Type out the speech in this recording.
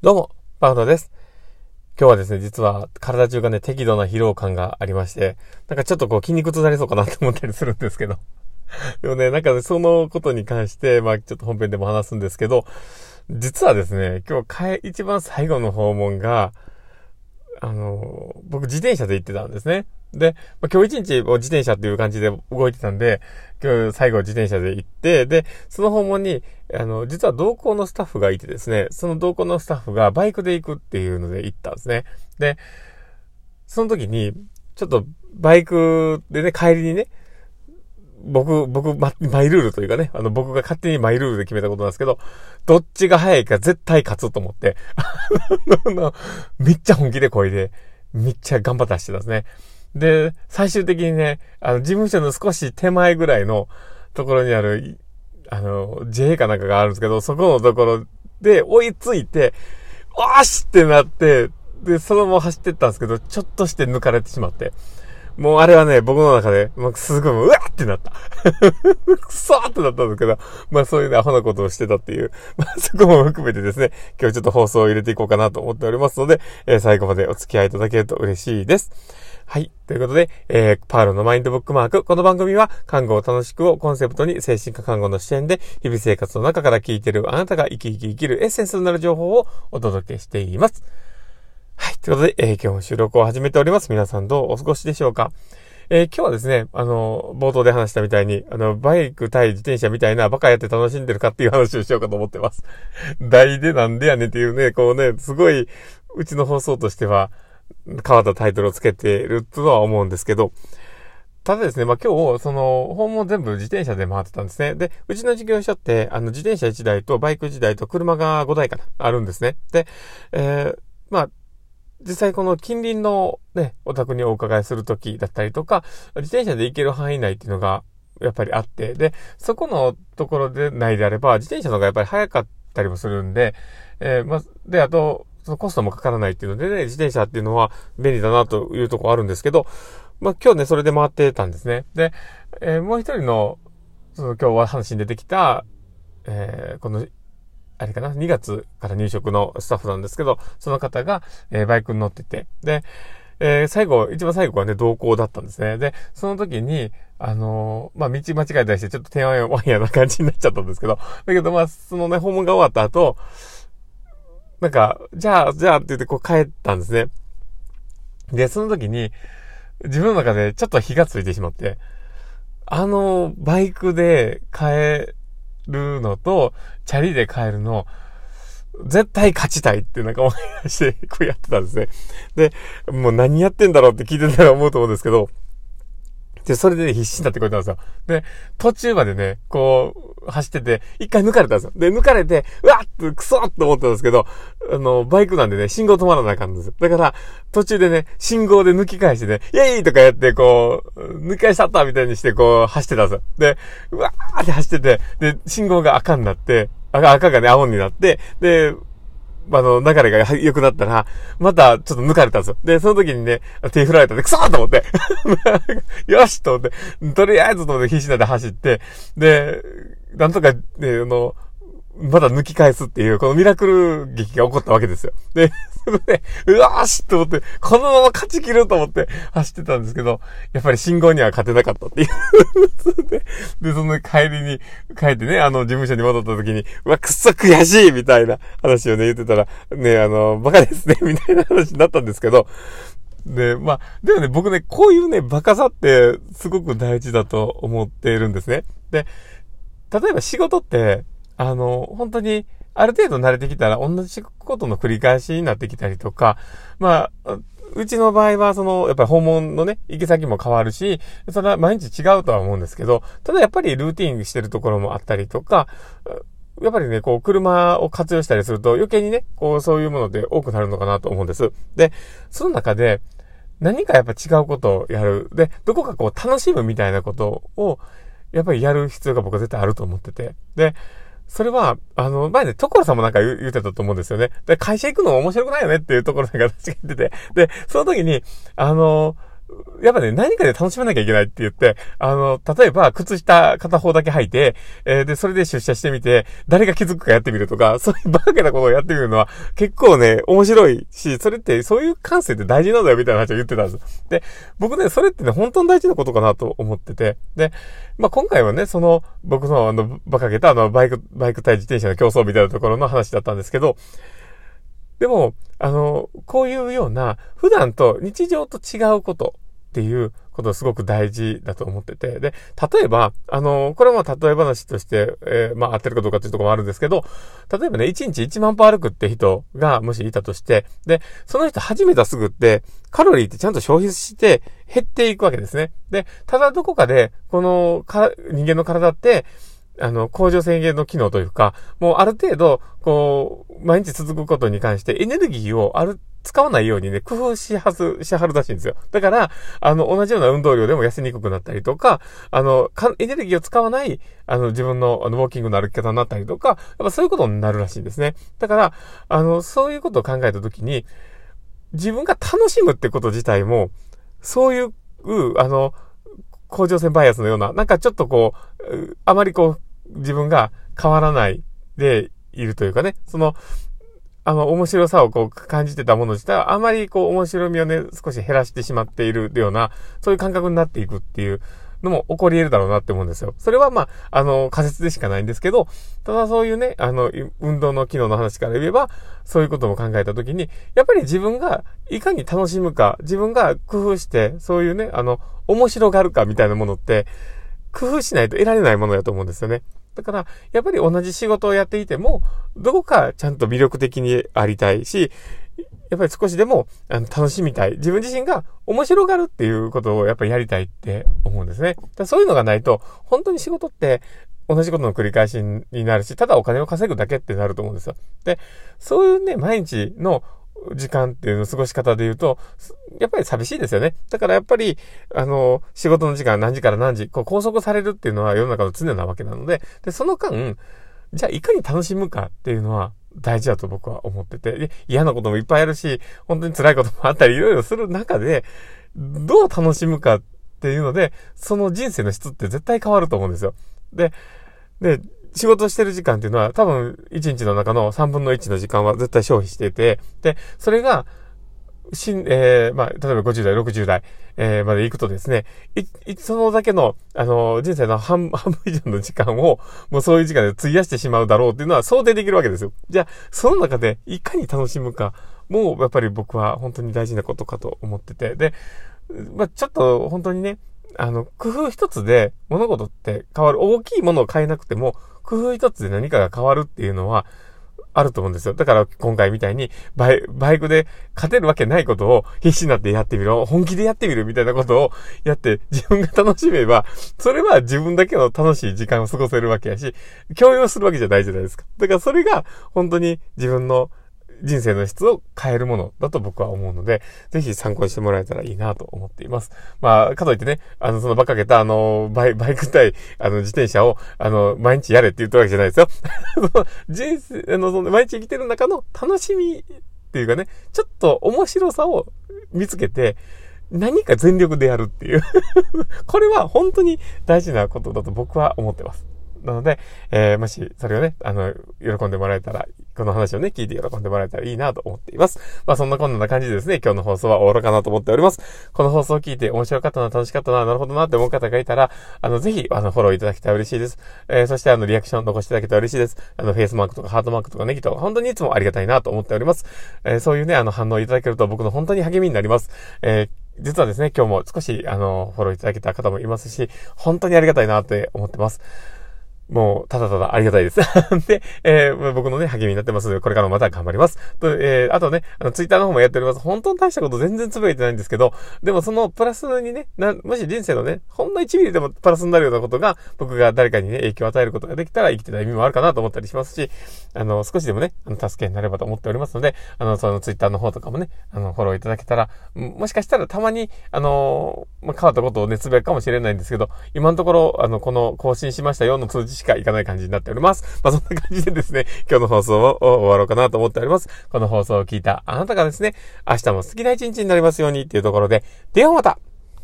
どうも、パウロです。今日はですね、実は体中がね、適度な疲労感がありまして、なんかちょっと筋肉痛になりそうかなと思ったりするんですけど。でもね、そのことに関して、ちょっと本編でも話すんですけど、実はですね、今日一番最後の訪問が、僕自転車で行ってたんですね。で、今日一日自転車っていう感じで動いてたんで、今日最後自転車で行って、で、その訪問に、実は同行のスタッフがいてですね、その同行のスタッフがバイクで行くっていうので行ったんですね。で、その時に、ちょっとバイクでね、帰りにね、マイルールというかね、僕が勝手にマイルールで決めたことなんですけど、どっちが早いか絶対勝つと思って、めっちゃ本気で漕いで、めっちゃ頑張って走ってたんですね。で、最終的にね、事務所の少し手前ぐらいのところにある、JA かなんかがあるんですけど、そこのところで追いついて、おーしってなって、で、そのまま走ってったんですけど、ちょっとして抜かれてしまって、もうあれはね、僕の中で、すごい、うわーってなった。くそーってなったんですけど、そういうアホなことをしてたっていう、そこも含めてですね、今日ちょっと放送を入れていこうかなと思っておりますので、最後までお付き合いいただけると嬉しいです。はい。ということで、パールのマインドブックマーク。この番組は、看護を楽しくをコンセプトに精神科看護の視点で、日々生活の中から聞いているあなたが生きるエッセンスになる情報をお届けしています。はい。ということで、今日も収録を始めております。皆さんどうお過ごしでしょうか？今日はですね、冒頭で話したみたいに、バイク対自転車みたいなバカやって楽しんでるかっていう話をしようかと思ってます。題でなんでやねんっていうね、すごい、うちの放送としては、変わったタイトルをつけているとは思うんですけど、ただですね、今日、訪問全部自転車で回ってたんですね。で、うちの事業所って、自転車1台とバイク1台と車が5台かな、あるんですね。で、実際この近隣のね、お宅にお伺いするときだったりとか、自転車で行ける範囲内っていうのがやっぱりあって、で、そこのところでないであれば、自転車の方がやっぱり早かったりもするんで、あと、そのコストもかからないっていうのでね、自転車っていうのは便利だなというところあるんですけど、今日ね、それで回ってたんですね。で、もう一人の、今日は話に出てきた、この、あれかな、2月から入職のスタッフなんですけど、その方が、バイクに乗ってて、で、一番最後はね、同行だったんですね。で、その時に、道間違えたりして、ちょっとてんわんやな感じになっちゃったんですけど、だけどそのね、訪問が終わった後、じゃあって言って帰ったんですね。で、その時に、自分の中でちょっと火がついてしまって、バイクで帰るのと、チャリで帰るの、絶対勝ちたいって思い出して、やってたんですね。で、もう何やってんだろうって聞いてたら思うと思うんですけど、で、それで、ね、必死になってこいたんですよ。で、途中までね、走ってて、一回抜かれたんですよ。で、抜かれて、うわっってクソッと思ったんですけど、バイクなんでね、信号止まらなあかんんですよ。だから、途中でね、信号で抜き返してね、イェーイとかやって、抜き返しちゃったみたいにして、走ってたんですよ。で、うわーって走ってて、で、信号が赤になって、赤がね、青になって、で、流れが良くなったら、またちょっと抜かれたんですよ。で、その時にね、手振られたんで、くそーと思って。よしと思って、とりあえずと思って必死になって走って、で、なんとかね、まだ抜き返すっていう、このミラクル劇が起こったわけですよ。で、それで、うわーしと思って、このまま勝ち切ると思って走ってたんですけど、やっぱり信号には勝てなかったっていう。で、その帰ってね、事務所に戻った時に、うわ、くっそ悔しいみたいな話をね、言ってたら、ね、バカですね、みたいな話になったんですけど、で、でもね、僕ね、こういうね、バカさってすごく大事だと思っているんですね。で、例えば仕事って、本当に、ある程度慣れてきたら同じことの繰り返しになってきたりとか、うちの場合はやっぱり訪問のね、行き先も変わるし、それは毎日違うとは思うんですけど、ただやっぱりルーティンしてるところもあったりとか、やっぱりね、車を活用したりすると余計にね、そういうもので多くなるのかなと思うんです。で、その中で、何かやっぱ違うことをやる。で、どこか楽しむみたいなことを、やっぱりやる必要が僕は絶対あると思ってて。で、それは、前ね、所さんも言ってたと思うんですよね。で、会社行くの面白くないよねっていうところが確かに言ってて。で、その時に、 やっぱね、何かで楽しまなきゃいけないって言って、例えば、靴下片方だけ履いて、で、それで出社してみて、誰が気づくかやってみるとか、そういうバカなことをやってみるのは、結構ね、面白いし、それって、そういう感性って大事なんだよ、みたいな話を言ってたんです。で、僕ね、それってね、本当に大事なことかなと思ってて、で、今回はね、僕の馬鹿げたバイク対自転車の競争みたいなところの話だったんですけど、でも、こういうような、普段と日常と違うことっていうことがすごく大事だと思ってて、で、例えば、これも例え話として、合ってるかどうかっていうところもあるんですけど、例えばね、1日1万歩歩くって人がもしいたとして、で、その人始めたすぐって、カロリーってちゃんと消費して減っていくわけですね。で、ただどこかで、人間の体って、甲状腺系の機能というか、もうある程度、毎日続くことに関してエネルギーを使わないようにね、工夫しはるらしいんですよ。だから、同じような運動量でも痩せにくくなったりとか、エネルギーを使わない、自分の、ウォーキングの歩き方になったりとか、やっぱそういうことになるらしいんですね。だから、そういうことを考えたときに、自分が楽しむってこと自体も、そういう、甲状腺バイアスのような、なんかちょっとあまり自分が変わらないでいるというかね、面白さを感じてたもの自体は、あまり面白みをね、少し減らしてしまっているような、そういう感覚になっていくっていうのも起こり得るだろうなって思うんですよ。それは仮説でしかないんですけど、ただそういうね、運動の機能の話から言えば、そういうことも考えたときに、やっぱり自分がいかに楽しむか、自分が工夫して、そういうね、面白がるかみたいなものって、工夫しないと得られないものだと思うんですよね。だから、やっぱり同じ仕事をやっていても、どこかちゃんと魅力的にありたいし、やっぱり少しでも楽しみたい。自分自身が面白がるっていうことをやっぱりやりたいって思うんですね。そういうのがないと、本当に仕事って同じことの繰り返しになるし、ただお金を稼ぐだけってなると思うんですよ。で、そういうね、毎日の時間っていうの過ごし方で言うと、やっぱり寂しいですよね。だからやっぱり、仕事の時間何時から何時、拘束されるっていうのは世の中の常なわけなので、で、その間、じゃあいかに楽しむかっていうのは大事だと僕は思ってて、で、嫌なこともいっぱいあるし、本当に辛いこともあったりいろいろする中で、どう楽しむかっていうので、その人生の質って絶対変わると思うんですよ。で、仕事してる時間っていうのは多分1日の中の3分の1の時間は絶対消費していて、で、それが、例えば50代、60代、まで行くとですね、そのだけの、人生の半分以上の時間を、もうそういう時間で費やしてしまうだろうっていうのは想定できるわけですよ。じゃあ、その中でいかに楽しむかも、やっぱり僕は本当に大事なことかと思ってて、で、ちょっと本当にね、工夫一つで物事って変わる。大きいものを変えなくても、工夫一つで何かが変わるっていうのは、あると思うんですよ。だから今回みたいにバイクで勝てるわけないことを必死になってやってみる、本気でやってみるみたいなことをやって自分が楽しめば、それは自分だけの楽しい時間を過ごせるわけやし、強要するわけじゃないじゃないですか。だからそれが本当に自分の人生の質を変えるものだと僕は思うので、ぜひ参考にしてもらえたらいいなと思っています。かといってね、その馬鹿げたバイク対、自転車を、毎日やれって言ったわけじゃないですよ。人生、毎日生きてる中の楽しみっていうかね、ちょっと面白さを見つけて、何か全力でやるっていう。これは本当に大事なことだと僕は思ってます。なので、もし、それをね、喜んでもらえたら、この話をね、聞いて喜んでもらえたらいいなと思っています。そんなこんな感じでですね、今日の放送は終わろうかなと思っております。この放送を聞いて面白かったな、楽しかったな、なるほどなって思う方がいたら、ぜひ、フォローいただけたら嬉しいです。そして、リアクション残していただけたら嬉しいです。フェイスマークとかハートマークとかネギとか、本当にいつもありがたいなと思っております。そういうね、反応いただけると僕の本当に励みになります。実はですね、今日も少し、フォローいただけた方もいますし、本当にありがたいなって思ってます。もう、ただただありがたいです。で、僕のね、励みになってますので、これからもまた頑張ります。あとね、ツイッターの方もやっております。本当に大したこと全然つぶやいてないんですけど、でもそのプラスにね、もし人生のね、ほんの1ミリでもプラスになるようなことが、僕が誰かにね、影響を与えることができたら生きてた意味もあるかなと思ったりしますし、少しでもね、助けになればと思っておりますので、そのツイッターの方とかもね、フォローいただけたら、もしかしたらたまに、変わったことをね、つぶやくかもしれないんですけど、今のところ、この更新しましたよの通知しかいかない感じになっております。そんな感じでですね、今日の放送を終わろうかなと思っております。この放送を聞いたあなたがですね、明日も素敵な一日になりますようにっていうところで、ではまた